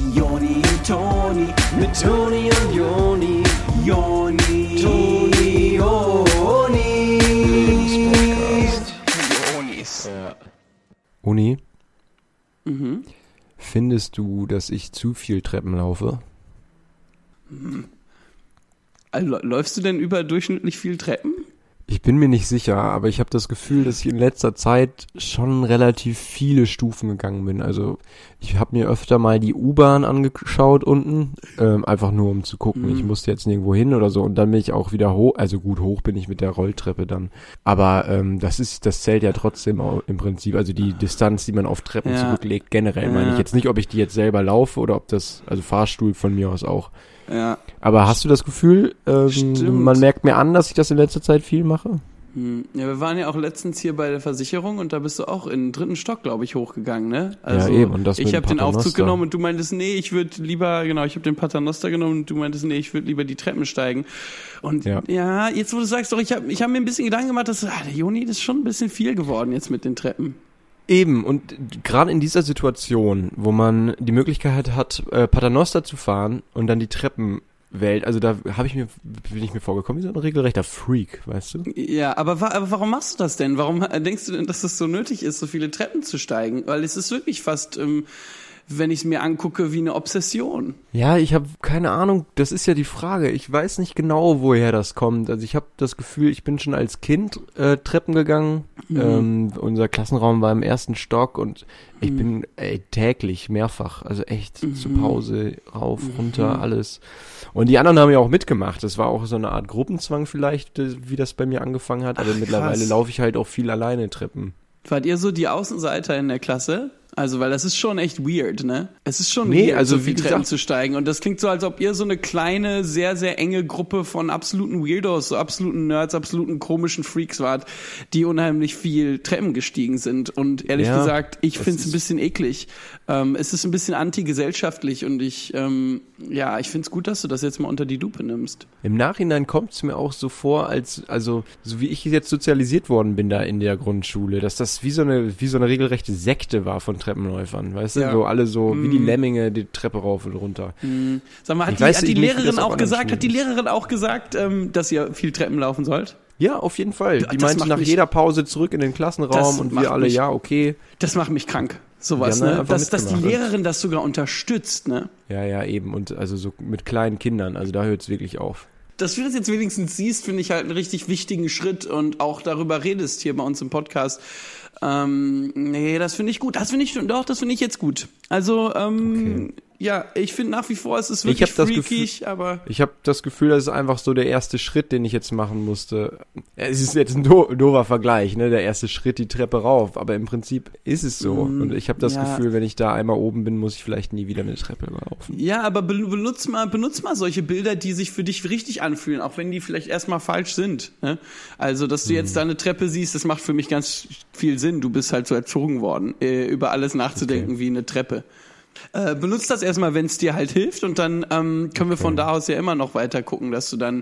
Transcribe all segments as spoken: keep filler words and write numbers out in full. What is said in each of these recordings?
Joni und Toni, mit Toni und Joni, Joni, Toni, Joni. Jonis. Ja. Uni, Mhm. findest du, dass ich zu viel Treppen laufe? Also, läufst du denn überdurchschnittlich viel Treppen? Ich bin mir nicht sicher, aber ich habe das Gefühl, dass ich in letzter Zeit schon relativ viele Stufen gegangen bin. Also ich habe mir öfter mal die U-Bahn angeschaut unten, ähm, einfach nur um zu gucken. Mhm. Ich musste jetzt nirgendwo hin oder so und dann bin ich auch wieder hoch. Also gut, hoch bin ich mit der Rolltreppe dann. Aber ähm, das ist, das zählt ja trotzdem auch im Prinzip. Also die Distanz, die man auf Treppen Ja. zurücklegt, generell Ja. meine ich jetzt nicht, ob ich die jetzt selber laufe oder ob das, also Fahrstuhl von mir aus auch. Ja. Aber hast du das Gefühl, ähm, Stimmt. man merkt mir an, dass ich das in letzter Zeit viel mache? Hm. Ja, wir waren ja auch letztens hier bei der Versicherung und da bist du auch in den dritten Stock, glaube ich, hochgegangen, ne? Also Ja, eben, und das ich mit habe den Paternoster. Aufzug genommen und du meintest, nee, ich würde lieber, genau, ich habe den Paternoster genommen und du meintest, nee, ich würde lieber die Treppen steigen. Und ja. Ja. ja, jetzt wo du sagst, doch, ich habe ich hab mir ein bisschen Gedanken gemacht, dass, ah, der Joni, das ist schon ein bisschen viel geworden jetzt mit den Treppen. Eben, und gerade in dieser Situation, wo man die Möglichkeit hat, äh, Paternoster zu fahren und dann die Treppenwelt, also da habe ich mir, bin ich mir vorgekommen, wie so ein regelrechter Freak, weißt du? Ja, aber, wa- aber warum machst du das denn? Warum äh, denkst du denn, dass es so nötig ist, so viele Treppen zu steigen? Weil es ist wirklich fast, ähm, wenn ich es mir angucke, wie eine Obsession. Ja, ich habe keine Ahnung, das ist ja die Frage. Ich weiß nicht genau, woher das kommt. Also ich habe das Gefühl, ich bin schon als Kind äh, Treppen gegangen. Mhm. Ähm, unser Klassenraum war im ersten Stock und ich Mhm. bin ey, täglich mehrfach, also echt Mhm. zur Pause, rauf, Mhm. runter, alles. Und die anderen haben ja auch mitgemacht. Das war auch so eine Art Gruppenzwang vielleicht, äh, wie das bei mir angefangen hat. Aber Ach, mittlerweile krass. laufe ich halt auch viel alleine Treppen. Wart ihr so die Außenseiter in der Klasse? Also, weil das ist schon echt weird, ne? Es ist schon Nee, weird, also so viel wie Treppen gesagt- zu steigen. Und das klingt so, als ob ihr so eine kleine, sehr, sehr enge Gruppe von absoluten Weirdos, so absoluten Nerds, absoluten komischen Freaks wart, die unheimlich viel Treppen gestiegen sind. Und ehrlich Ja, gesagt, ich das find's ein ist- bisschen eklig. Ähm, es ist ein bisschen antigesellschaftlich und ich, ähm, ja, ich find's gut, dass du das jetzt mal unter die Lupe nimmst. Im Nachhinein kommt es mir auch so vor, als, also, so wie ich jetzt sozialisiert worden bin da in der Grundschule, dass das wie so eine, wie so eine regelrechte Sekte war von Treppenläufern, weißt du? Ja. So alle so, wie die Mm. Lemminge, die Treppe rauf und runter. Mhm. Sag mal, hat Ich die, weiß hat nicht, die wie Lehrerin das auf auch anderen gesagt, hat die Schulen ist. Lehrerin auch gesagt, ähm, dass ihr viel Treppen laufen sollt? Ja, auf jeden Fall. Die Das meinte macht nach mich- jeder Pause zurück in den Das Klassenraum und macht wir alle, mich- ja, okay. Das macht mich krank, sowas, Die haben da ne? einfach Dass, dass die mitgemacht. Lehrerin das sogar unterstützt, ne? Ja, ja, eben. Und also so mit kleinen Kindern, also da hört es wirklich auf. Dass du das jetzt wenigstens siehst, finde ich halt einen richtig wichtigen Schritt und auch darüber redest hier bei uns im Podcast. Ähm, nee, das finde ich gut. Das finde ich, doch, das finde ich jetzt gut. Also, ähm, ja, ich finde nach wie vor, es ist Ich wirklich hab das freakig, aber... Ich habe das Gefühl, das ist einfach so der erste Schritt, den ich jetzt machen musste. Es ist jetzt ein do doofer Vergleich, ne? Der erste Schritt, die Treppe rauf. Aber im Prinzip ist es so. Mm, Und ich habe das ja. Gefühl, wenn ich da einmal oben bin, muss ich vielleicht nie wieder eine Treppe laufen. Ja, aber be benutz mal, benutz mal solche Bilder, die sich für dich richtig anfühlen, auch wenn die vielleicht erstmal falsch sind. Ne? Also, dass du jetzt da eine Treppe siehst, das macht für mich ganz viel Sinn. Du bist halt so erzogen worden, äh, über alles nachzudenken Okay. wie eine Treppe. Äh, benutz das erstmal, wenn es dir halt hilft, und dann ähm, können wir Okay. von da aus ja immer noch weiter gucken, dass du dann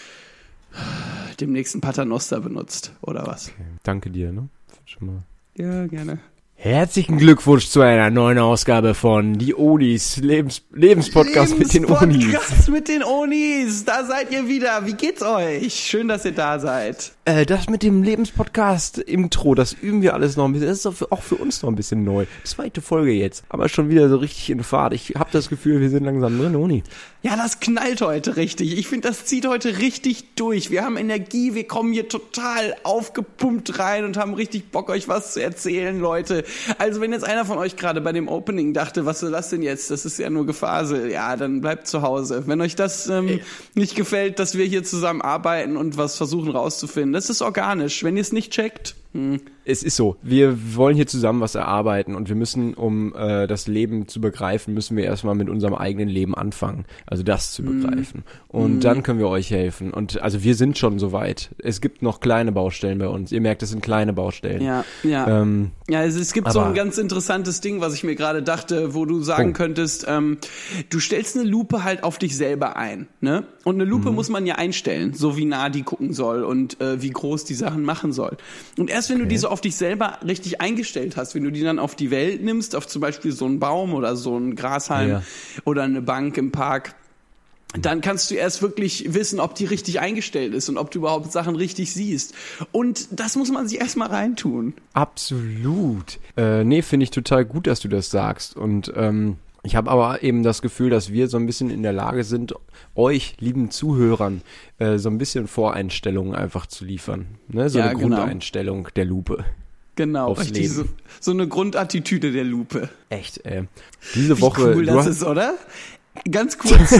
dem nächsten Paternoster benutzt, oder was? Okay. Danke dir, ne? Schon mal. Ja, gerne. Herzlichen Glückwunsch zu einer neuen Ausgabe von Die Onis, Lebens Lebenspodcast mit den Onis. Lebenspodcast mit den Onis, da seid ihr wieder. Wie geht's euch? Schön, dass ihr da seid. Äh, das mit dem Lebenspodcast-Intro, das üben wir alles noch ein bisschen. Das ist auch für, auch für uns noch ein bisschen neu. Zweite Folge jetzt, aber schon wieder so richtig in Fahrt. Ich habe das Gefühl, wir sind langsam drin, Oni. Ja, das knallt heute richtig. Ich finde, das zieht heute richtig durch. Wir haben Energie, wir kommen hier total aufgepumpt rein und haben richtig Bock, euch was zu erzählen, Leute. Also wenn jetzt einer von euch gerade bei dem Opening dachte, was soll das denn jetzt? Das ist ja nur Gefasel. Ja, dann bleibt zu Hause. Wenn euch das ähm, nicht gefällt, dass wir hier zusammen arbeiten und was versuchen rauszufinden, das ist organisch. Wenn ihr es nicht checkt, hm. Es ist so, wir wollen hier zusammen was erarbeiten und wir müssen, um äh, das Leben zu begreifen, müssen wir erstmal mit unserem eigenen Leben anfangen. Also das zu begreifen. Und Mm. dann können wir euch helfen. Und also wir sind schon soweit. Es gibt noch kleine Baustellen bei uns. Ihr merkt, es sind kleine Baustellen. Ja, ja. Ähm, Ja, also es gibt so aber- ein ganz interessantes Ding, was ich mir gerade dachte, wo du sagen Oh. könntest, ähm, du stellst eine Lupe halt auf dich selber ein, ne? Und eine Lupe Mhm. muss man ja einstellen, so wie nah die gucken soll und äh, wie groß die Sachen machen soll. Und erstmal erst wenn okay. du die so auf dich selber richtig eingestellt hast, wenn du die dann auf die Welt nimmst, auf zum Beispiel so einen Baum oder so einen Grashalm ja. oder eine Bank im Park, dann kannst du erst wirklich wissen, ob die richtig eingestellt ist und ob du überhaupt Sachen richtig siehst. Und das muss man sich erstmal reintun. Absolut. Äh, nee, finde ich total gut, dass du das sagst. Und ähm, ich habe aber eben das Gefühl, dass wir so ein bisschen in der Lage sind, euch, lieben Zuhörern, äh, so ein bisschen Voreinstellungen einfach zu liefern. Ne? So ja, eine genau. Grundeinstellung der Lupe. Genau, richtig. So, so eine Grundattitüde der Lupe. Echt, ey. Diese Wie Woche. cool das ist, oder? Ganz kurz.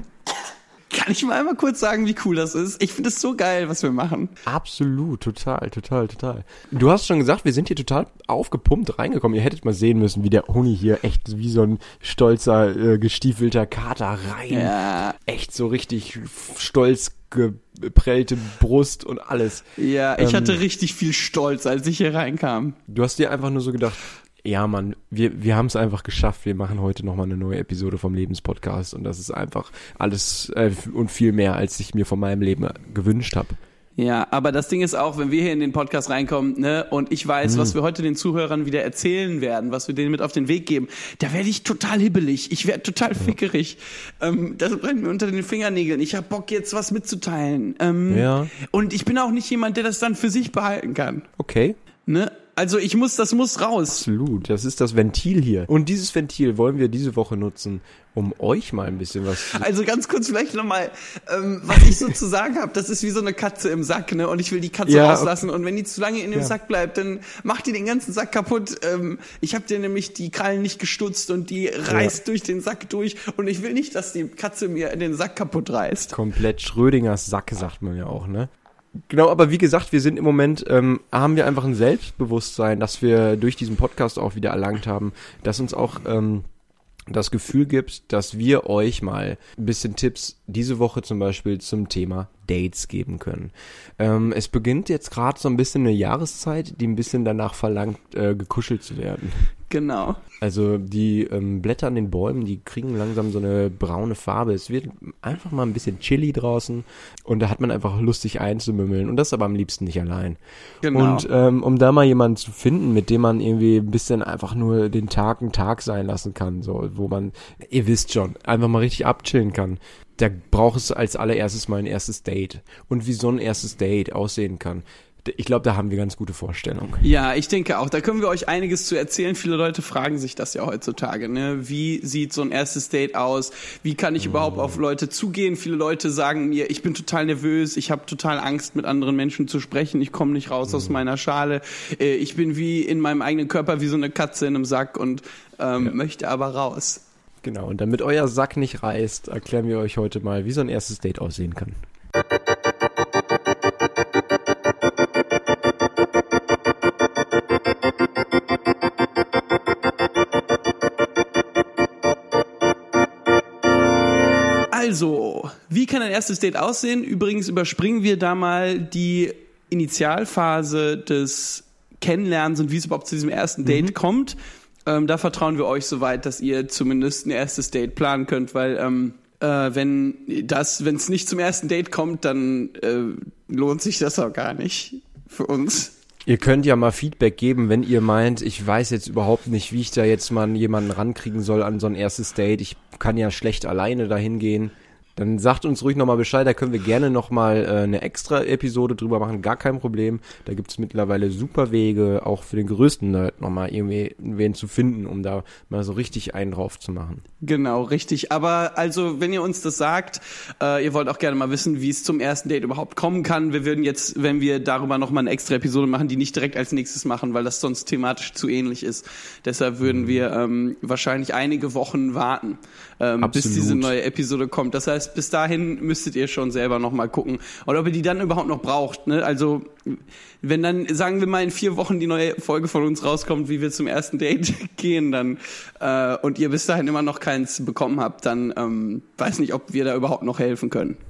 Kann ich mal einmal kurz sagen, wie cool das ist? Ich finde es so geil, was wir machen. Absolut, total, total, total. Du hast schon gesagt, wir sind hier total aufgepumpt reingekommen. Ihr hättet mal sehen müssen, wie der Huni hier echt wie so ein stolzer, äh, gestiefelter Kater rein. Ja. Echt so richtig stolz geprellte Brust und alles. Ja, ich ähm, hatte richtig viel Stolz, als ich hier reinkam. Du hast dir einfach nur so gedacht, ja, Mann, wir, wir haben es einfach geschafft. Wir machen heute nochmal eine neue Episode vom Lebenspodcast und das ist einfach alles äh, und viel mehr, als ich mir von meinem Leben gewünscht habe. Ja, aber das Ding ist auch, wenn wir hier in den Podcast reinkommen, ne, und ich weiß, hm. was wir heute den Zuhörern wieder erzählen werden, was wir denen mit auf den Weg geben, da werde ich total hibbelig, ich werde total fickerig. Ja. Ähm, das brennt mir unter den Fingernägeln. Ich habe Bock, jetzt was mitzuteilen. Ähm, ja. Und ich bin auch nicht jemand, der das dann für sich behalten kann. Okay. Ne? Also ich muss, das muss raus. Absolut, das ist das Ventil hier. Und dieses Ventil wollen wir diese Woche nutzen, um euch mal ein bisschen was... Also ganz kurz vielleicht nochmal, ähm, was ich so zu sagen habe, das ist wie so eine Katze im Sack, ne? Und ich will die Katze ja, rauslassen. Okay. Und wenn die zu lange in dem ja. Sack bleibt, dann macht die den ganzen Sack kaputt. Ähm, ich habe dir nämlich die Krallen nicht gestutzt und die reißt ja. durch den Sack durch. Und ich will nicht, dass die Katze mir den Sack kaputt reißt. Komplett Schrödingers Sack, sagt man ja auch, ne? Genau, aber wie gesagt, wir sind im Moment, ähm, haben wir einfach ein Selbstbewusstsein, das wir durch diesen Podcast auch wieder erlangt haben, das uns auch ähm, das Gefühl gibt, dass wir euch mal ein bisschen Tipps diese Woche zum Beispiel zum Thema Dates geben können. Ähm, es beginnt jetzt gerade so ein bisschen eine Jahreszeit, die ein bisschen danach verlangt, äh, gekuschelt zu werden. Genau. Also die ähm, Blätter an den Bäumen, die kriegen langsam so eine braune Farbe. Es wird einfach mal ein bisschen chilly draußen und da hat man einfach Lust, sich einzumümmeln und das aber am liebsten nicht allein. Genau. Und ähm, um da mal jemanden zu finden, mit dem man irgendwie ein bisschen einfach nur den Tag ein Tag sein lassen kann, so, wo man, ihr wisst schon, einfach mal richtig abchillen kann. Da braucht es als allererstes mal ein erstes Date. Und wie so ein erstes Date aussehen kann, ich glaube, da haben wir ganz gute Vorstellungen. Ja, ich denke auch. Da können wir euch einiges zu erzählen. Viele Leute fragen sich das ja heutzutage, ne? Wie sieht so ein erstes Date aus? Wie kann ich mhm. überhaupt auf Leute zugehen? Viele Leute sagen mir, ich bin total nervös, ich habe total Angst, mit anderen Menschen zu sprechen, ich komme nicht raus mhm. aus meiner Schale. Ich bin wie in meinem eigenen Körper wie so eine Katze in einem Sack und ähm, ja. möchte aber raus. Genau, und damit euer Sack nicht reißt, erklären wir euch heute mal, wie so ein erstes Date aussehen kann. Also, wie kann ein erstes Date aussehen? Übrigens überspringen wir da mal die Initialphase des Kennenlernens und wie es überhaupt zu diesem ersten Date mhm. kommt. Ähm, da vertrauen wir euch so weit, dass ihr zumindest ein erstes Date planen könnt, weil ähm, äh, wenn das, wenn es nicht zum ersten Date kommt, dann äh, lohnt sich das auch gar nicht für uns. Ihr könnt ja mal Feedback geben, wenn ihr meint, ich weiß jetzt überhaupt nicht, wie ich da jetzt mal jemanden rankriegen soll an so ein erstes Date. Ich kann ja schlecht alleine dahin gehen. Dann sagt uns ruhig nochmal Bescheid, da können wir gerne nochmal äh, eine extra Episode drüber machen, gar kein Problem. Da gibt es mittlerweile super Wege, auch für den größten Nerd nochmal irgendwie wen zu finden, um da mal so richtig einen drauf zu machen. Genau, richtig. Aber also, wenn ihr uns das sagt, äh, ihr wollt auch gerne mal wissen, wie es zum ersten Date überhaupt kommen kann. Wir würden jetzt, wenn wir darüber nochmal eine extra Episode machen, die nicht direkt als nächstes machen, weil das sonst thematisch zu ähnlich ist. Deshalb würden wir ähm, wahrscheinlich einige Wochen warten, ähm, bis diese neue Episode kommt. Das heißt, bis dahin müsstet ihr schon selber nochmal gucken. Oder ob ihr die dann überhaupt noch braucht. Ne? Also, wenn dann, sagen wir mal, in vier Wochen die neue Folge von uns rauskommt, wie wir zum ersten Date gehen, dann äh, und ihr bis dahin immer noch keins bekommen habt, dann ähm, weiß nicht, ob wir da überhaupt noch helfen können.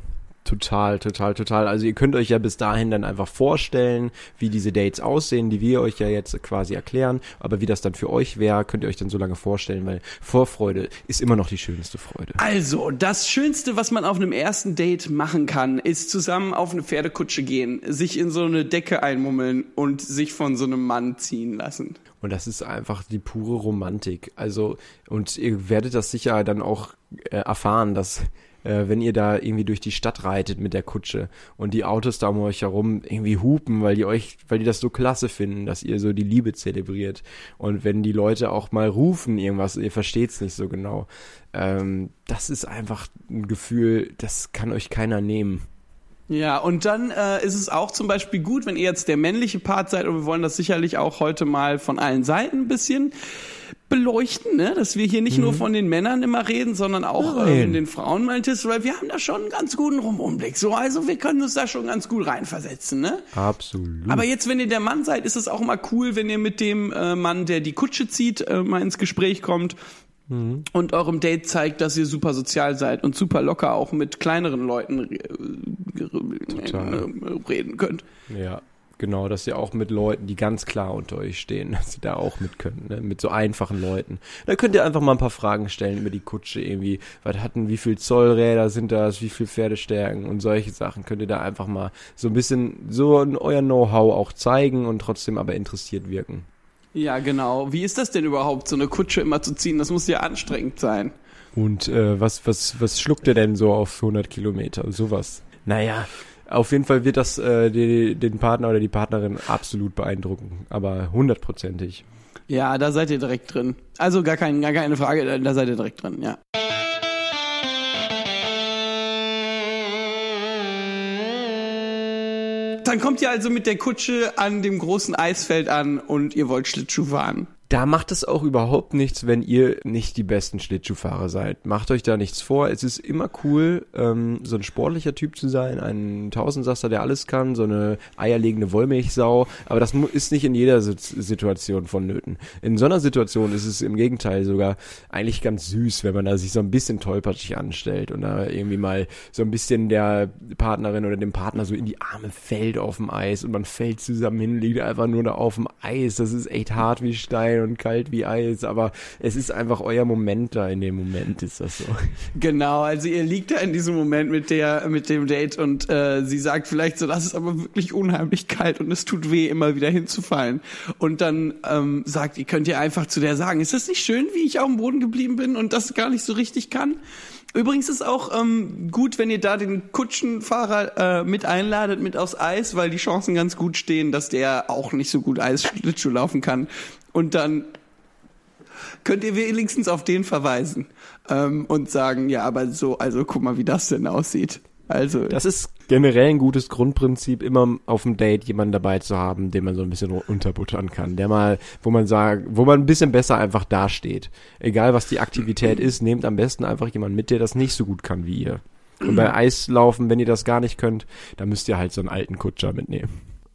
Total, total, total. Also ihr könnt euch ja bis dahin dann einfach vorstellen, wie diese Dates aussehen, die wir euch ja jetzt quasi erklären. Aber wie das dann für euch wäre, könnt ihr euch dann so lange vorstellen, weil Vorfreude ist immer noch die schönste Freude. Also, das Schönste, was man auf einem ersten Date machen kann, ist zusammen auf eine Pferdekutsche gehen, sich in so eine Decke einmummeln und sich von so einem Mann ziehen lassen. Und das ist einfach die pure Romantik. Also, und ihr werdet das sicher dann auch äh, erfahren, dass äh, wenn ihr da irgendwie durch die Stadt reitet mit der Kutsche und die Autos da um euch herum irgendwie hupen, weil die euch, weil die das so klasse finden, dass ihr so die Liebe zelebriert. Und wenn die Leute auch mal rufen irgendwas, ihr versteht's nicht so genau. Ähm, das ist einfach ein Gefühl, das kann euch keiner nehmen. Ja, und dann äh, ist es auch zum Beispiel gut, wenn ihr jetzt der männliche Part seid, und wir wollen das sicherlich auch heute mal von allen Seiten ein bisschen beleuchten, ne? Dass wir hier nicht mhm. nur von den Männern immer reden, sondern auch äh, in den Frauen mal Tisch, weil wir haben da schon einen ganz guten Rumumblick. So, also wir können uns da schon ganz gut reinversetzen, ne? Absolut. Aber jetzt, wenn ihr der Mann seid, ist es auch immer cool, wenn ihr mit dem äh, Mann, der die Kutsche zieht, äh, mal ins Gespräch kommt. Mhm. Und eurem Date zeigt, dass ihr super sozial seid und super locker auch mit kleineren Leuten re- äh, reden könnt. Ja, genau, dass ihr auch mit Leuten, die ganz klar unter euch stehen, dass ihr da auch mit könnt, ne? Mit so einfachen Leuten. Da könnt ihr einfach mal ein paar Fragen stellen über die Kutsche irgendwie. Was hatten, wie viel Zollräder sind das, wie viel Pferdestärken und solche Sachen könnt ihr da einfach mal so ein bisschen so euer Know-how auch zeigen und trotzdem aber interessiert wirken. Ja, genau. Wie ist das denn überhaupt, so eine Kutsche immer zu ziehen? Das muss ja anstrengend sein. Und äh, was, was, was schluckt ihr denn so auf hundert Kilometer? Sowas. Naja, auf jeden Fall wird das äh, die, den Partner oder die Partnerin absolut beeindrucken. Aber hundertprozentig. Ja, da seid ihr direkt drin. Also gar, kein, gar keine Frage, da seid ihr direkt drin, ja. Dann kommt ihr also mit der Kutsche an dem großen Eisfeld an und ihr wollt Schlittschuh fahren. Da macht es auch überhaupt nichts, wenn ihr nicht die besten Schlittschuhfahrer seid. Macht euch da nichts vor. Es ist immer cool, ähm, so ein sportlicher Typ zu sein, ein Tausendsasser, der alles kann, so eine eierlegende Wollmilchsau. Aber das ist nicht in jeder Situation vonnöten. In so einer Situation ist es im Gegenteil sogar eigentlich ganz süß, wenn man da sich so ein bisschen tollpatschig anstellt und da irgendwie mal so ein bisschen der Partnerin oder dem Partner so in die Arme fällt auf dem Eis und man fällt zusammen hin, liegt einfach nur da auf dem Eis. Das ist echt hart wie Stein und kalt wie Eis, aber es ist einfach euer Moment da, in dem Moment ist das so. Genau, also ihr liegt da in diesem Moment mit der, mit dem Date und äh, sie sagt vielleicht so, das ist aber wirklich unheimlich kalt und es tut weh, immer wieder hinzufallen. Und dann ähm, sagt ihr, könnt ihr einfach zu der sagen, ist das nicht schön, wie ich auf dem Boden geblieben bin und das gar nicht so richtig kann? Übrigens ist auch ähm, gut, wenn ihr da den Kutschenfahrer äh, mit einladet, mit aufs Eis, weil die Chancen ganz gut stehen, dass der auch nicht so gut Eisschlittschuh laufen kann. Und dann könnt ihr wenigstens auf den verweisen ähm, und sagen, ja, aber so, also guck mal, wie das denn aussieht. Also das ist generell ein gutes Grundprinzip, immer auf dem Date jemanden dabei zu haben, den man so ein bisschen unterbuttern kann, der mal, wo man sagt, wo man ein bisschen besser einfach dasteht. Egal was die Aktivität ist, nehmt am besten einfach jemanden mit, der das nicht so gut kann wie ihr. Und bei Eislaufen, wenn ihr das gar nicht könnt, dann müsst ihr halt so einen alten Kutscher mitnehmen.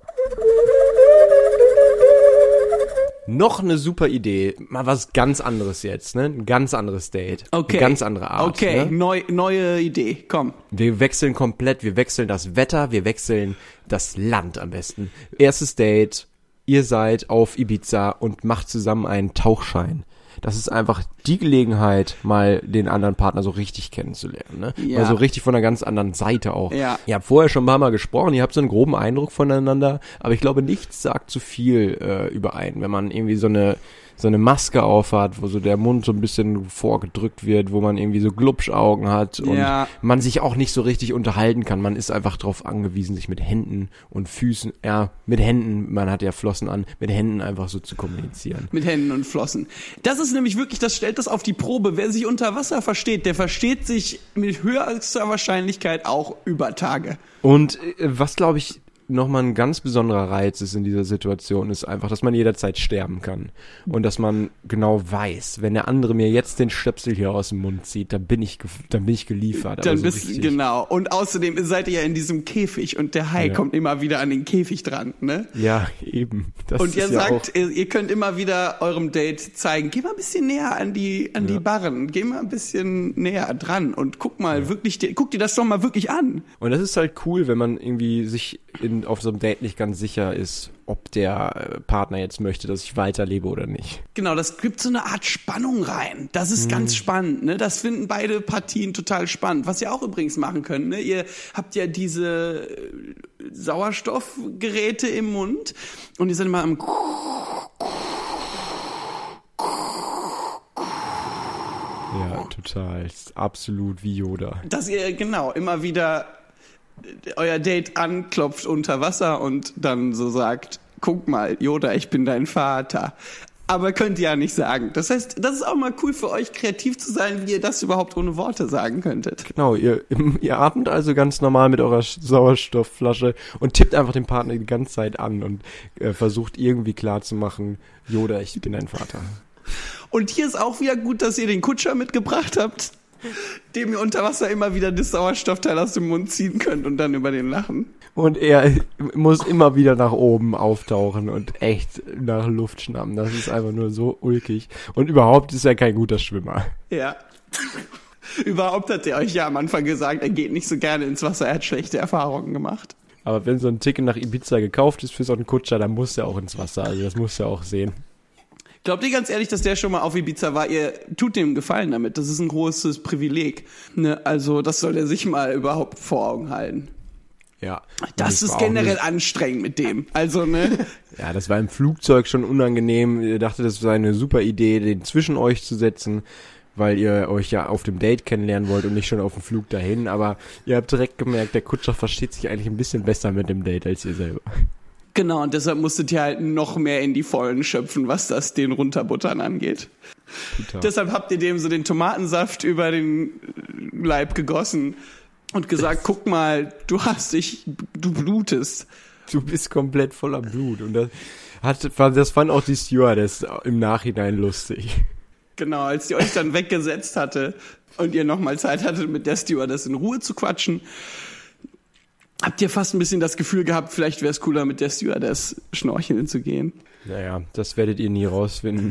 Noch eine super Idee, mal was ganz anderes jetzt, ne? Ein ganz anderes Date, okay. Eine ganz andere Art. Okay, ne? Neu, neue Idee, komm. Wir wechseln komplett, wir wechseln das Wetter, wir wechseln das Land am besten. Erstes Date, ihr seid auf Ibiza und macht zusammen einen Tauchschein. Das ist einfach die Gelegenheit, mal den anderen Partner so richtig kennenzulernen, ne? Ja. Mal so richtig von einer ganz anderen Seite auch. Ja. Ihr habt vorher schon ein paar Mal gesprochen, ihr habt so einen groben Eindruck voneinander, aber ich glaube, nichts sagt zu viel äh, überein, wenn man irgendwie so eine so eine Maske aufhat, wo so der Mund so ein bisschen vorgedrückt wird, wo man irgendwie so Glubschaugen hat und ja. man sich auch nicht so richtig unterhalten kann. Man ist einfach darauf angewiesen, sich mit Händen und Füßen, ja, mit Händen, man hat ja Flossen an, mit Händen einfach so zu kommunizieren. Mit Händen und Flossen. Das ist nämlich wirklich, das stellt das auf die Probe. Wer sich unter Wasser versteht, der versteht sich mit höchster Wahrscheinlichkeit auch über Tage. Und äh, was, glaube ich, nochmal ein ganz besonderer Reiz ist in dieser Situation, ist einfach, dass man jederzeit sterben kann. Und dass man genau weiß, wenn der andere mir jetzt den Stöpsel hier aus dem Mund zieht, dann bin ich, ge- dann bin ich geliefert. Dann also bist richtig. genau. Und außerdem seid ihr ja in diesem Käfig und der Hai Ja. kommt immer wieder an den Käfig dran, ne? Ja, eben. Das Und ist ihr ja sagt, auch, ihr, ihr könnt immer wieder eurem Date zeigen, geh mal ein bisschen näher an die, an Ja. die Barren, geh mal ein bisschen näher dran und guck mal wirklich, dir- guck dir das doch mal wirklich an. und das ist halt cool, wenn man irgendwie sich in, auf so einem Date nicht ganz sicher ist, ob der äh, Partner jetzt möchte, dass ich weiterlebe oder nicht. Genau, das gibt so eine Art Spannung rein. Das ist ganz spannend, ne? Das finden beide Partien total spannend. Was ihr auch übrigens machen könnt, ne? Ihr habt ja diese äh, Sauerstoffgeräte im Mund und ihr seid immer am Ja, total. Ist absolut wie Yoda. dass ihr genau immer wieder euer Date anklopft unter Wasser und dann so sagt, guck mal, Yoda, ich bin dein Vater. Aber könnt ihr ja nicht sagen. Das heißt, das ist auch mal cool für euch, kreativ zu sein, wie ihr das überhaupt ohne Worte sagen könntet. Genau, ihr, ihr atmet also ganz normal mit eurer Sch- Sauerstoffflasche und tippt einfach den Partner die ganze Zeit an und äh, versucht irgendwie klarzumachen, Yoda, ich bin dein Vater. Und hier ist auch wieder gut, dass ihr den Kutscher mitgebracht habt, dem ihr unter Wasser immer wieder das Sauerstoffteil aus dem Mund ziehen könnt und dann über den lachen. Und er muss immer wieder nach oben auftauchen und echt nach Luft schnappen. Das ist einfach nur so ulkig. Und überhaupt ist er kein guter Schwimmer. Ja. Überhaupt hat er euch ja am Anfang gesagt, er geht nicht so gerne ins Wasser, er hat schlechte Erfahrungen gemacht. Aber wenn so ein Ticket nach Ibiza gekauft ist für so einen Kutscher, dann muss er auch ins Wasser. Also das muss er auch sehen. Glaubt ihr ganz ehrlich, dass der schon mal auf Ibiza war? Ihr tut dem Gefallen damit. Das ist ein großes Privileg. Ne? Also das soll er sich mal überhaupt vor Augen halten. Ja. Das Und ist war auch generell nicht- anstrengend mit dem. Also, ne? Ja, das war im Flugzeug schon unangenehm. Ihr dachtet, das sei eine super Idee, den zwischen euch zu setzen, weil ihr euch ja auf dem Date kennenlernen wollt und nicht schon auf dem Flug dahin. Aber ihr habt direkt gemerkt, der Kutscher versteht sich eigentlich ein bisschen besser mit dem Date als ihr selber. Genau, und deshalb musstet ihr halt noch mehr in die Vollen schöpfen, was das den Runterbuttern angeht. Total. Deshalb habt ihr dem so den Tomatensaft über den Leib gegossen und gesagt, guck mal, du hast dich, du blutest. Du bist komplett voller Blut. Und das, hat, das fand auch die Stewardess im Nachhinein lustig. Genau, als die euch dann weggesetzt hatte und ihr nochmal Zeit hattet, mit der Stewardess in Ruhe zu quatschen, habt ihr fast ein bisschen das Gefühl gehabt, vielleicht wäre es cooler, mit der Stewardess schnorcheln zu gehen. Naja, das werdet ihr nie rausfinden.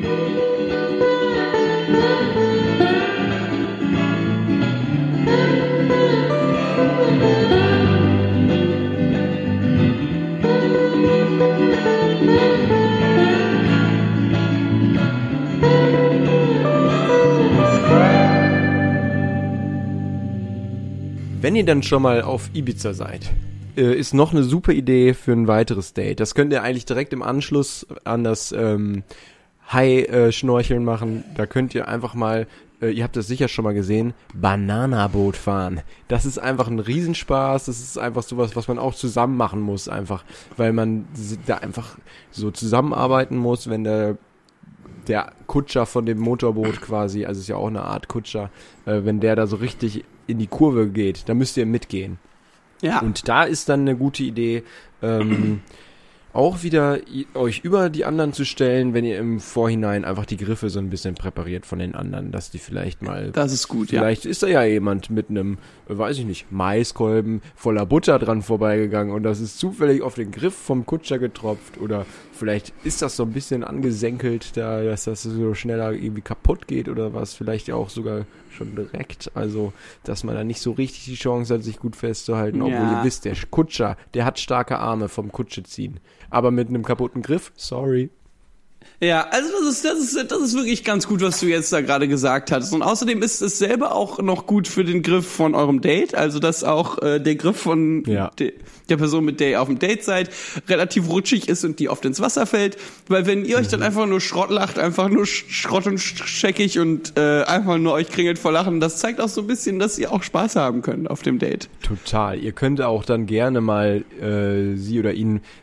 Wenn ihr dann schon mal auf Ibiza seid, äh, ist noch eine super Idee für ein weiteres Date. Das könnt ihr eigentlich direkt im Anschluss an das ähm, Hai-Schnorcheln machen. Da könnt ihr einfach mal, äh, ihr habt das sicher schon mal gesehen, Bananaboot fahren. Das ist einfach ein Riesenspaß. Das ist einfach sowas, was man auch zusammen machen muss, einfach, weil man da einfach so zusammenarbeiten muss, wenn der der Kutscher von dem Motorboot quasi, also ist ja auch eine Art Kutscher, äh, wenn der da so richtig in die Kurve geht, dann müsst ihr mitgehen. Ja. Und da ist dann eine gute Idee, ähm, auch wieder i- euch über die anderen zu stellen, wenn ihr im Vorhinein einfach die Griffe so ein bisschen präpariert von den anderen, dass die vielleicht mal, Das ist gut, ja. vielleicht ist da ja jemand mit einem, äh, weiß ich nicht, Maiskolben voller Butter dran vorbeigegangen und das ist zufällig auf den Griff vom Kutscher getropft oder vielleicht ist das so ein bisschen angesenkelt, da, dass das so schneller irgendwie kaputt geht oder was, vielleicht auch sogar schon direkt, also dass man da nicht so richtig die Chance hat, sich gut festzuhalten, obwohl Ja. ihr wisst, der Kutscher, der hat starke Arme vom Kutsche ziehen, aber mit einem kaputten Griff, sorry. Ja, also das ist, das ist, das ist wirklich ganz gut, was du jetzt da gerade gesagt hattest. Und außerdem ist es selber auch noch gut für den Griff von eurem Date. Also, dass auch äh, der Griff von Ja. de, der Person, mit der ihr auf dem Date seid, relativ rutschig ist und die oft ins Wasser fällt. Weil wenn ihr euch dann einfach nur Schrott lacht, einfach nur sch- Schrott und sch- scheckig und äh, einfach nur euch kringelt vor Lachen, das zeigt auch so ein bisschen, dass ihr auch Spaß haben könnt auf dem Date. Total. Ihr könnt auch dann gerne mal äh, sie oder ihn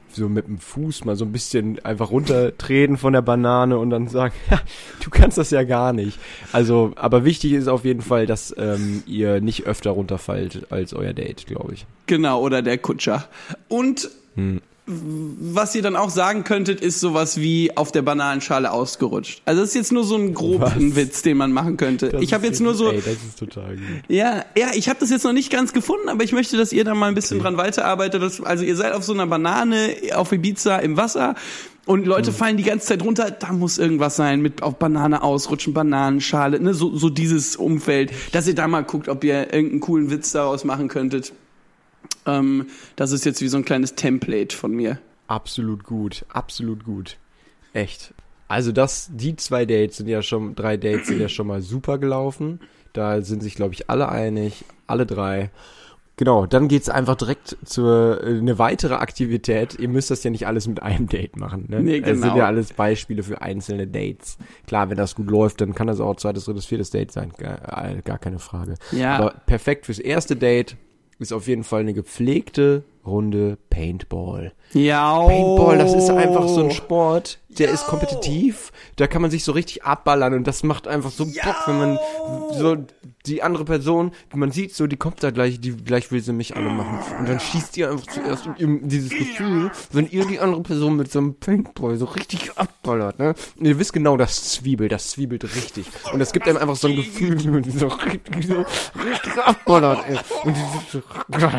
so mit dem Fuß mal so ein bisschen einfach runtertreten von der Banane und dann sagen, ja, du kannst das ja gar nicht. Also, aber wichtig ist auf jeden Fall, dass ähm, ihr nicht öfter runterfallt als euer Date, glaube ich. Genau, oder der Kutscher. Und Hm. was ihr dann auch sagen könntet, ist sowas wie auf der Bananenschale ausgerutscht. Also das ist jetzt nur so ein groben Witz, den man machen könnte. Das ich habe jetzt nur so... Ey, das ist total gut. Ja, ja, ich habe das jetzt noch nicht ganz gefunden, aber ich möchte, dass ihr da mal ein bisschen okay. dran weiterarbeitet. Dass, also ihr seid auf so einer Banane auf Ibiza im Wasser und Leute mhm. fallen die ganze Zeit runter. Da muss irgendwas sein mit auf Banane ausrutschen, Bananenschale, ne, so, so dieses Umfeld. Dass ihr da mal guckt, ob ihr irgendeinen coolen Witz daraus machen könntet. Ähm, das ist jetzt wie so ein kleines Template von mir. Absolut gut, absolut gut. Echt. Also das, die zwei Dates sind ja schon, drei Dates sind ja schon mal super gelaufen. Da sind sich, glaube ich, alle einig, alle drei. Genau, dann geht's einfach direkt zur äh, eine weitere Aktivität. Ihr müsst das ja nicht alles mit einem Date machen, ne? Nee, genau. Das sind ja alles Beispiele für einzelne Dates. Klar, wenn das gut läuft, dann kann das auch zweites, drittes, viertes Date sein. Gar, gar keine Frage. Ja. Aber perfekt fürs erste Date ist auf jeden Fall eine gepflegte Runde Paintball. Ja. Paintball, das ist einfach so ein Sport, der ja. ist kompetitiv, da kann man sich so richtig abballern und das macht einfach so ja. Bock, wenn man so die andere Person, die man sieht, so die kommt da gleich, die gleich will sie mich alle machen und dann schießt ihr einfach zuerst und ihr, dieses Gefühl, wenn ihr die andere Person mit so einem Paintball so richtig abballert, ne? Und ihr wisst genau, das zwiebelt, das zwiebelt richtig und es gibt einem einfach so ein Gefühl, wie man so richtig, so richtig abballert, ey. Und die so,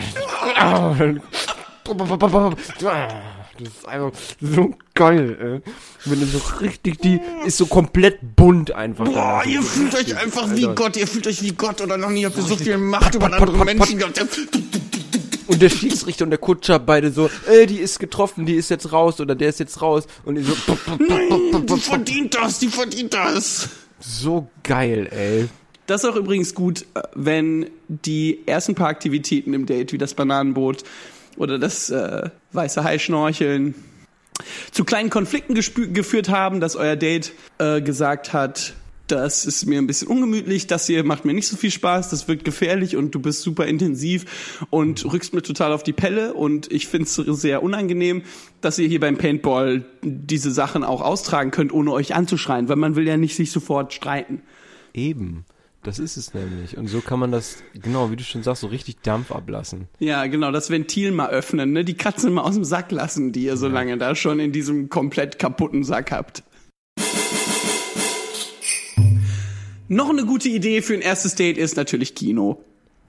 das ist einfach so geil, ey. Wenn du so richtig, die ist so komplett bunt einfach. Boah, ihr fühlt euch einfach wie Gott, ihr fühlt euch wie Gott oder noch nie habt ihr so viel Macht über andere Menschen gehabt. Und der Schiedsrichter und der Kutscher beide so, ey, die ist getroffen, die ist jetzt raus oder der ist jetzt raus. Und die so, nein, die verdient das, die verdient das. So geil, ey. Das ist auch übrigens gut, wenn die ersten paar Aktivitäten im Date, wie das Bananenboot oder das äh, weiße Hai-Schnorcheln, zu kleinen Konflikten gespü- geführt haben, dass euer Date äh, gesagt hat, das ist mir ein bisschen ungemütlich, das hier macht mir nicht so viel Spaß, das wirkt gefährlich und du bist super intensiv und rückst mir total auf die Pelle und ich finde es sehr unangenehm, dass ihr hier beim Paintball diese Sachen auch austragen könnt, ohne euch anzuschreien, weil man will ja nicht sich sofort streiten. Eben. Das ist es nämlich. Und so kann man das, genau, wie du schon sagst, so richtig Dampf ablassen. Ja, genau, das Ventil mal öffnen, ne? Die Katze mal aus dem Sack lassen, die ihr so ja. lange da schon in diesem komplett kaputten Sack habt. Noch eine gute Idee für ein erstes Date ist natürlich Kino.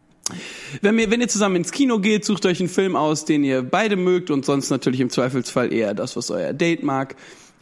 Wenn ihr, wenn ihr zusammen ins Kino geht, sucht euch einen Film aus, den ihr beide mögt und sonst natürlich im Zweifelsfall eher das, was euer Date mag.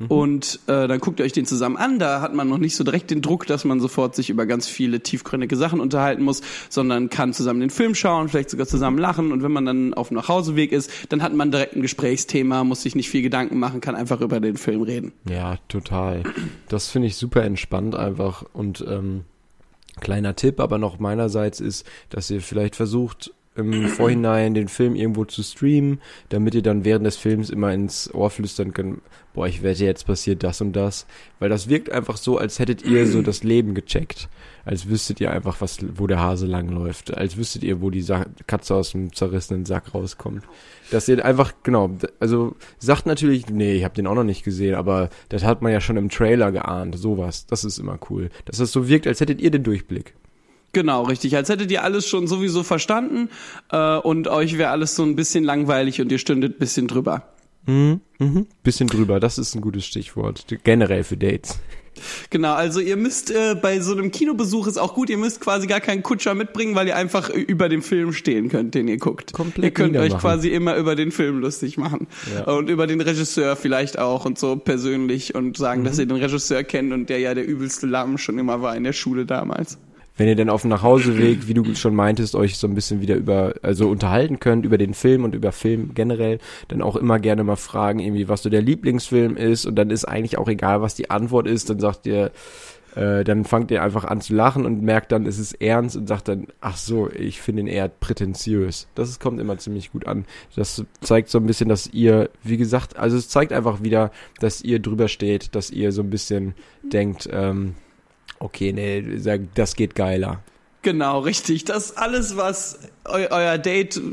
Und äh, dann guckt ihr euch den zusammen an, da hat man noch nicht so direkt den Druck, dass man sofort sich über ganz viele tiefgründige Sachen unterhalten muss, sondern kann zusammen den Film schauen, vielleicht sogar zusammen lachen und wenn man dann auf dem Nachhauseweg ist, dann hat man direkt ein Gesprächsthema, muss sich nicht viel Gedanken machen, kann einfach über den Film reden. Ja, total. Das finde ich super entspannt einfach und ähm, kleiner Tipp, aber noch meinerseits ist, dass ihr vielleicht versucht, im Vorhinein den Film irgendwo zu streamen, damit ihr dann während des Films immer ins Ohr flüstern könnt, boah, ich wette, jetzt passiert das und das. Weil das wirkt einfach so, als hättet ihr so das Leben gecheckt. Als wüsstet ihr einfach, was, wo der Hase langläuft. Als wüsstet ihr, wo die Sa- Katze aus dem zerrissenen Sack rauskommt. Dass ihr einfach, genau, also sagt natürlich, nee, ich hab den auch noch nicht gesehen, aber das hat man ja schon im Trailer geahnt, sowas. Das ist immer cool. Dass das so wirkt, als hättet ihr den Durchblick. Genau, richtig. Als hättet ihr alles schon sowieso verstanden äh, und euch wäre alles so ein bisschen langweilig und ihr stündet ein bisschen drüber. Mhm, mhm. Bisschen drüber, das ist ein gutes Stichwort. Generell für Dates. Genau, also ihr müsst äh, bei so einem Kinobesuch ist auch gut, ihr müsst quasi gar keinen Kutscher mitbringen, weil ihr einfach über dem Film stehen könnt, den ihr guckt. Komplett ihr könnt euch machen. quasi immer über den Film lustig machen. Ja. Und über den Regisseur vielleicht auch und so persönlich und sagen, mhm. dass ihr den Regisseur kennt und der ja der übelste Lamm schon immer war in der Schule damals. Wenn ihr dann auf dem Nachhauseweg, wie du schon meintest, euch so ein bisschen wieder über, also unterhalten könnt über den Film und über Film generell, dann auch immer gerne mal fragen, irgendwie, was so der Lieblingsfilm ist und dann ist eigentlich auch egal, was die Antwort ist, dann sagt ihr, äh, dann fangt ihr einfach an zu lachen und merkt dann, es ist ernst und sagt dann, ach so, ich finde ihn eher prätentiös. Das ist, kommt immer ziemlich gut an. Das zeigt so ein bisschen, dass ihr, wie gesagt, also es zeigt einfach wieder, dass ihr drüber steht, dass ihr so ein bisschen denkt, ähm, okay, nee, das geht geiler. Genau, richtig. Das alles, was eu- euer Date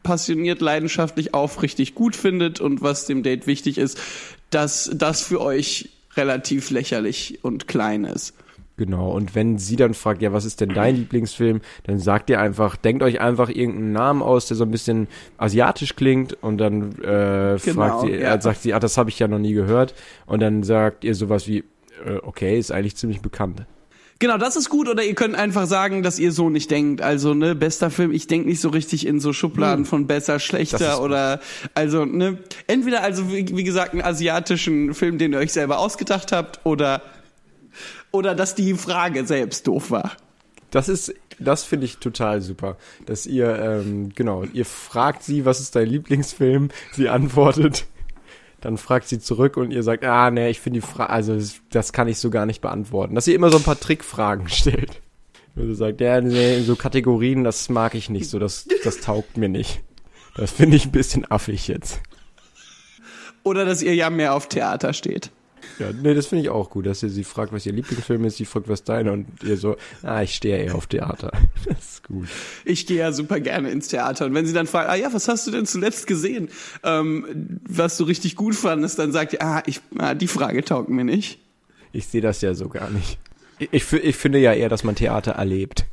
passioniert, leidenschaftlich, aufrichtig gut findet und was dem Date wichtig ist, dass das für euch relativ lächerlich und klein ist. Genau, und wenn sie dann fragt, ja, was ist denn dein Lieblingsfilm, dann sagt ihr einfach, denkt euch einfach irgendeinen Namen aus, der so ein bisschen asiatisch klingt und dann äh, Genau, fragt sie, ja. äh, sagt sie, ah, das habe ich ja noch nie gehört und dann sagt ihr sowas wie, äh, okay, ist eigentlich ziemlich bekannt. Genau, das ist gut, oder ihr könnt einfach sagen, dass ihr so nicht denkt. Also, ne, bester Film, ich denke nicht so richtig in so Schubladen hm. von besser, schlechter oder, also, ne, entweder also, wie, wie gesagt, einen asiatischen Film, den ihr euch selber ausgedacht habt, oder Oder dass die Frage selbst doof war. Das ist, das finde ich total super, dass ihr, ähm, genau, ihr fragt sie, was ist dein Lieblingsfilm? Sie antwortet, dann fragt sie zurück und ihr sagt, ah, ne, ich finde die Frage, also das, das kann ich so gar nicht beantworten. Dass ihr immer so ein paar Trickfragen stellt. Und sie sagt, ja, nee, so Kategorien, das mag ich nicht so, das, das taugt mir nicht. Das finde ich ein bisschen affig jetzt. Oder dass ihr ja mehr auf Theater steht. Ja, nee, das finde ich auch gut, dass ihr sie fragt, was ihr Lieblingsfilm ist, sie fragt, was deine und ihr so, ah, ich stehe ja eher auf Theater. Das ist gut. Ich gehe ja super gerne ins Theater und wenn sie dann fragt, ah ja, was hast du denn zuletzt gesehen, ähm, was du richtig gut fandest, dann sagt ihr, ah, ich, ah, die Frage taugt mir nicht. Ich sehe das ja so gar nicht. Ich, ich, ich finde ja eher, dass man Theater erlebt.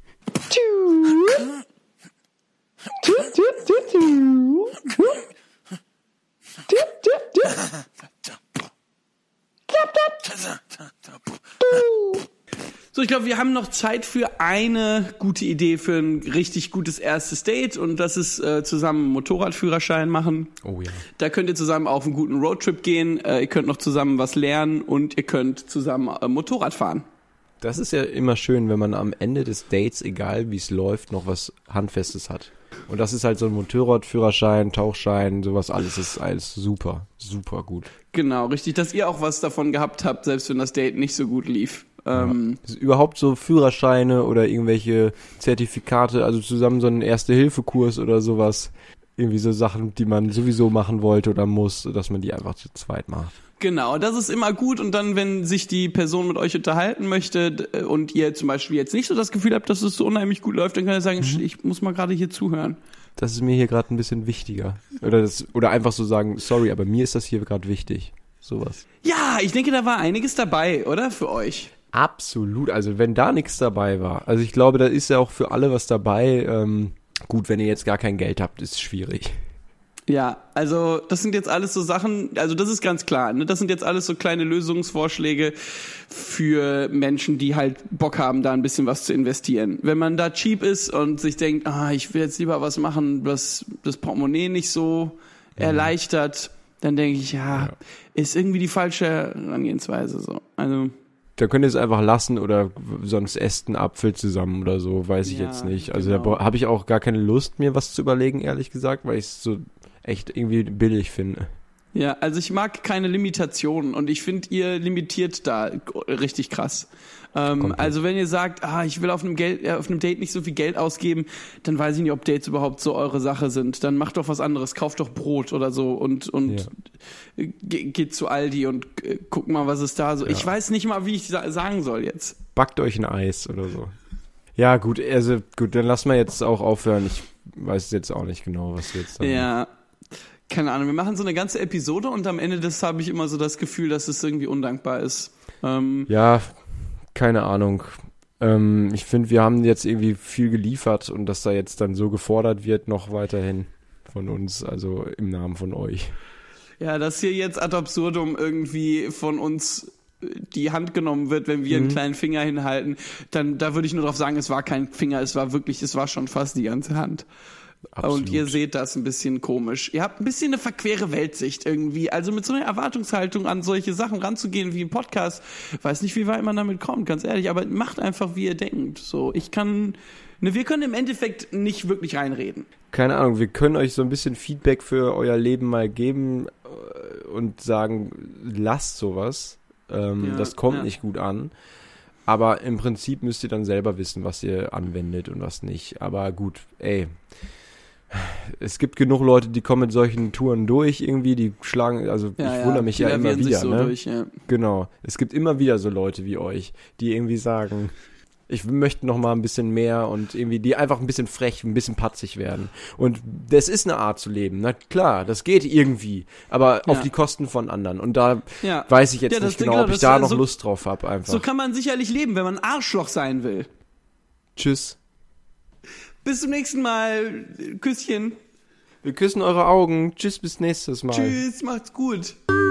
So, ich glaube, wir haben noch Zeit für eine gute Idee für ein richtig gutes erstes Date und das ist äh, zusammen einen Motorradführerschein machen. Oh ja. Da könnt ihr zusammen auf einen guten Roadtrip gehen, äh, ihr könnt noch zusammen was lernen und ihr könnt zusammen äh, Motorrad fahren. Das ist ja immer schön, wenn man am Ende des Dates, egal wie es läuft, noch was Handfestes hat. Und das ist halt so ein Motorradführerschein, Tauchschein, sowas alles ist alles super, super gut. Genau, richtig, dass ihr auch was davon gehabt habt, selbst wenn das Date nicht so gut lief. Ähm, ja. Überhaupt so Führerscheine oder irgendwelche Zertifikate, also zusammen so einen Erste-Hilfe-Kurs oder sowas. Irgendwie so Sachen, die man sowieso machen wollte oder muss, dass man die einfach zu zweit macht. Genau, das ist immer gut und dann, wenn sich die Person mit euch unterhalten möchte und ihr zum Beispiel jetzt nicht so das Gefühl habt, dass es so unheimlich gut läuft, dann könnt ihr sagen, mhm. ich muss mal gerade hier zuhören. Das ist mir hier gerade ein bisschen wichtiger. Oder, das, oder einfach so sagen, sorry, aber mir ist das hier gerade wichtig. Sowas. Ja, ich denke, da war einiges dabei, oder? Für euch. Absolut, also wenn da nichts dabei war. Also ich glaube, da ist ja auch für alle was dabei. Ähm, gut, wenn ihr jetzt gar kein Geld habt, ist es schwierig. Ja, also das sind jetzt alles so Sachen, also das ist ganz klar, ne? Das sind jetzt alles so kleine Lösungsvorschläge für Menschen, die halt Bock haben, da ein bisschen was zu investieren. Wenn man da cheap ist und sich denkt, ah, ich will jetzt lieber was machen, was das Portemonnaie nicht so mhm. erleichtert, dann denke ich, ja, ja, ist irgendwie die falsche Herangehensweise so. Also da könnt ihr es einfach lassen oder sonst esst einen Apfel zusammen oder so, weiß ich ja, jetzt nicht. Also genau. Da habe ich auch gar keine Lust, mir was zu überlegen, ehrlich gesagt, weil ich es so echt irgendwie billig finde. Ja, also ich mag keine Limitationen und ich finde, ihr limitiert da richtig krass. Ähm, also wenn ihr sagt, ah, ich will auf einem, Geld, äh, auf einem Date nicht so viel Geld ausgeben, dann weiß ich nicht, ob Dates überhaupt so eure Sache sind. Dann macht doch was anderes, kauft doch Brot oder so und und ja. ge- geht zu Aldi und äh, guckt mal, was ist da so. Ja. Ich weiß nicht mal, wie ich sa- sagen soll jetzt. Backt euch ein Eis oder so. Ja, gut, also gut, dann lassen wir jetzt auch aufhören. Ich weiß jetzt auch nicht genau, was wir jetzt sagen. Ja. Keine Ahnung, wir machen so eine ganze Episode und am Ende des habe ich immer so das Gefühl, dass es irgendwie undankbar ist. Ähm, ja, keine Ahnung. Ähm, ich finde, wir haben jetzt irgendwie viel geliefert und dass da jetzt dann so gefordert wird, noch weiterhin von uns, also im Namen von euch. Ja, dass hier jetzt ad absurdum irgendwie von uns die Hand genommen wird, wenn wir mhm. einen kleinen Finger hinhalten, dann da würde ich nur drauf sagen, es war kein Finger, es war wirklich, es war schon fast die ganze Hand. Absolut. Und ihr seht das ein bisschen komisch. Ihr habt ein bisschen eine verquere Weltsicht irgendwie. Also mit so einer Erwartungshaltung an solche Sachen ranzugehen wie ein Podcast, weiß nicht, wie weit man damit kommt, ganz ehrlich. Aber macht einfach, wie ihr denkt. So, ich kann, ne, wir können im Endeffekt nicht wirklich reinreden. Keine Ahnung, wir können euch so ein bisschen Feedback für euer Leben mal geben und sagen, lasst sowas. Ähm, ja, das kommt ja. nicht gut an. Aber im Prinzip müsst ihr dann selber wissen, was ihr anwendet und was nicht. Aber gut, ey. Es gibt genug Leute, die kommen mit solchen Touren durch irgendwie, die schlagen, also ja, ich ja, wundere mich ja immer wieder, so ne? Durch, ja. Genau. Es gibt immer wieder so Leute wie euch, die irgendwie sagen, Ich möchte noch mal ein bisschen mehr und irgendwie die einfach ein bisschen frech, ein bisschen patzig werden. Und das ist eine Art zu leben. Na klar, das geht irgendwie, aber ja. auf die Kosten von anderen. Und da ja. weiß ich jetzt ja, nicht genau, genau, ob ich da noch so, Lust drauf habe einfach. So kann man sicherlich leben, wenn man ein Arschloch sein will. Tschüss. Bis zum nächsten Mal. Küsschen. Wir küssen eure Augen. Tschüss, bis nächstes Mal. Tschüss, macht's gut.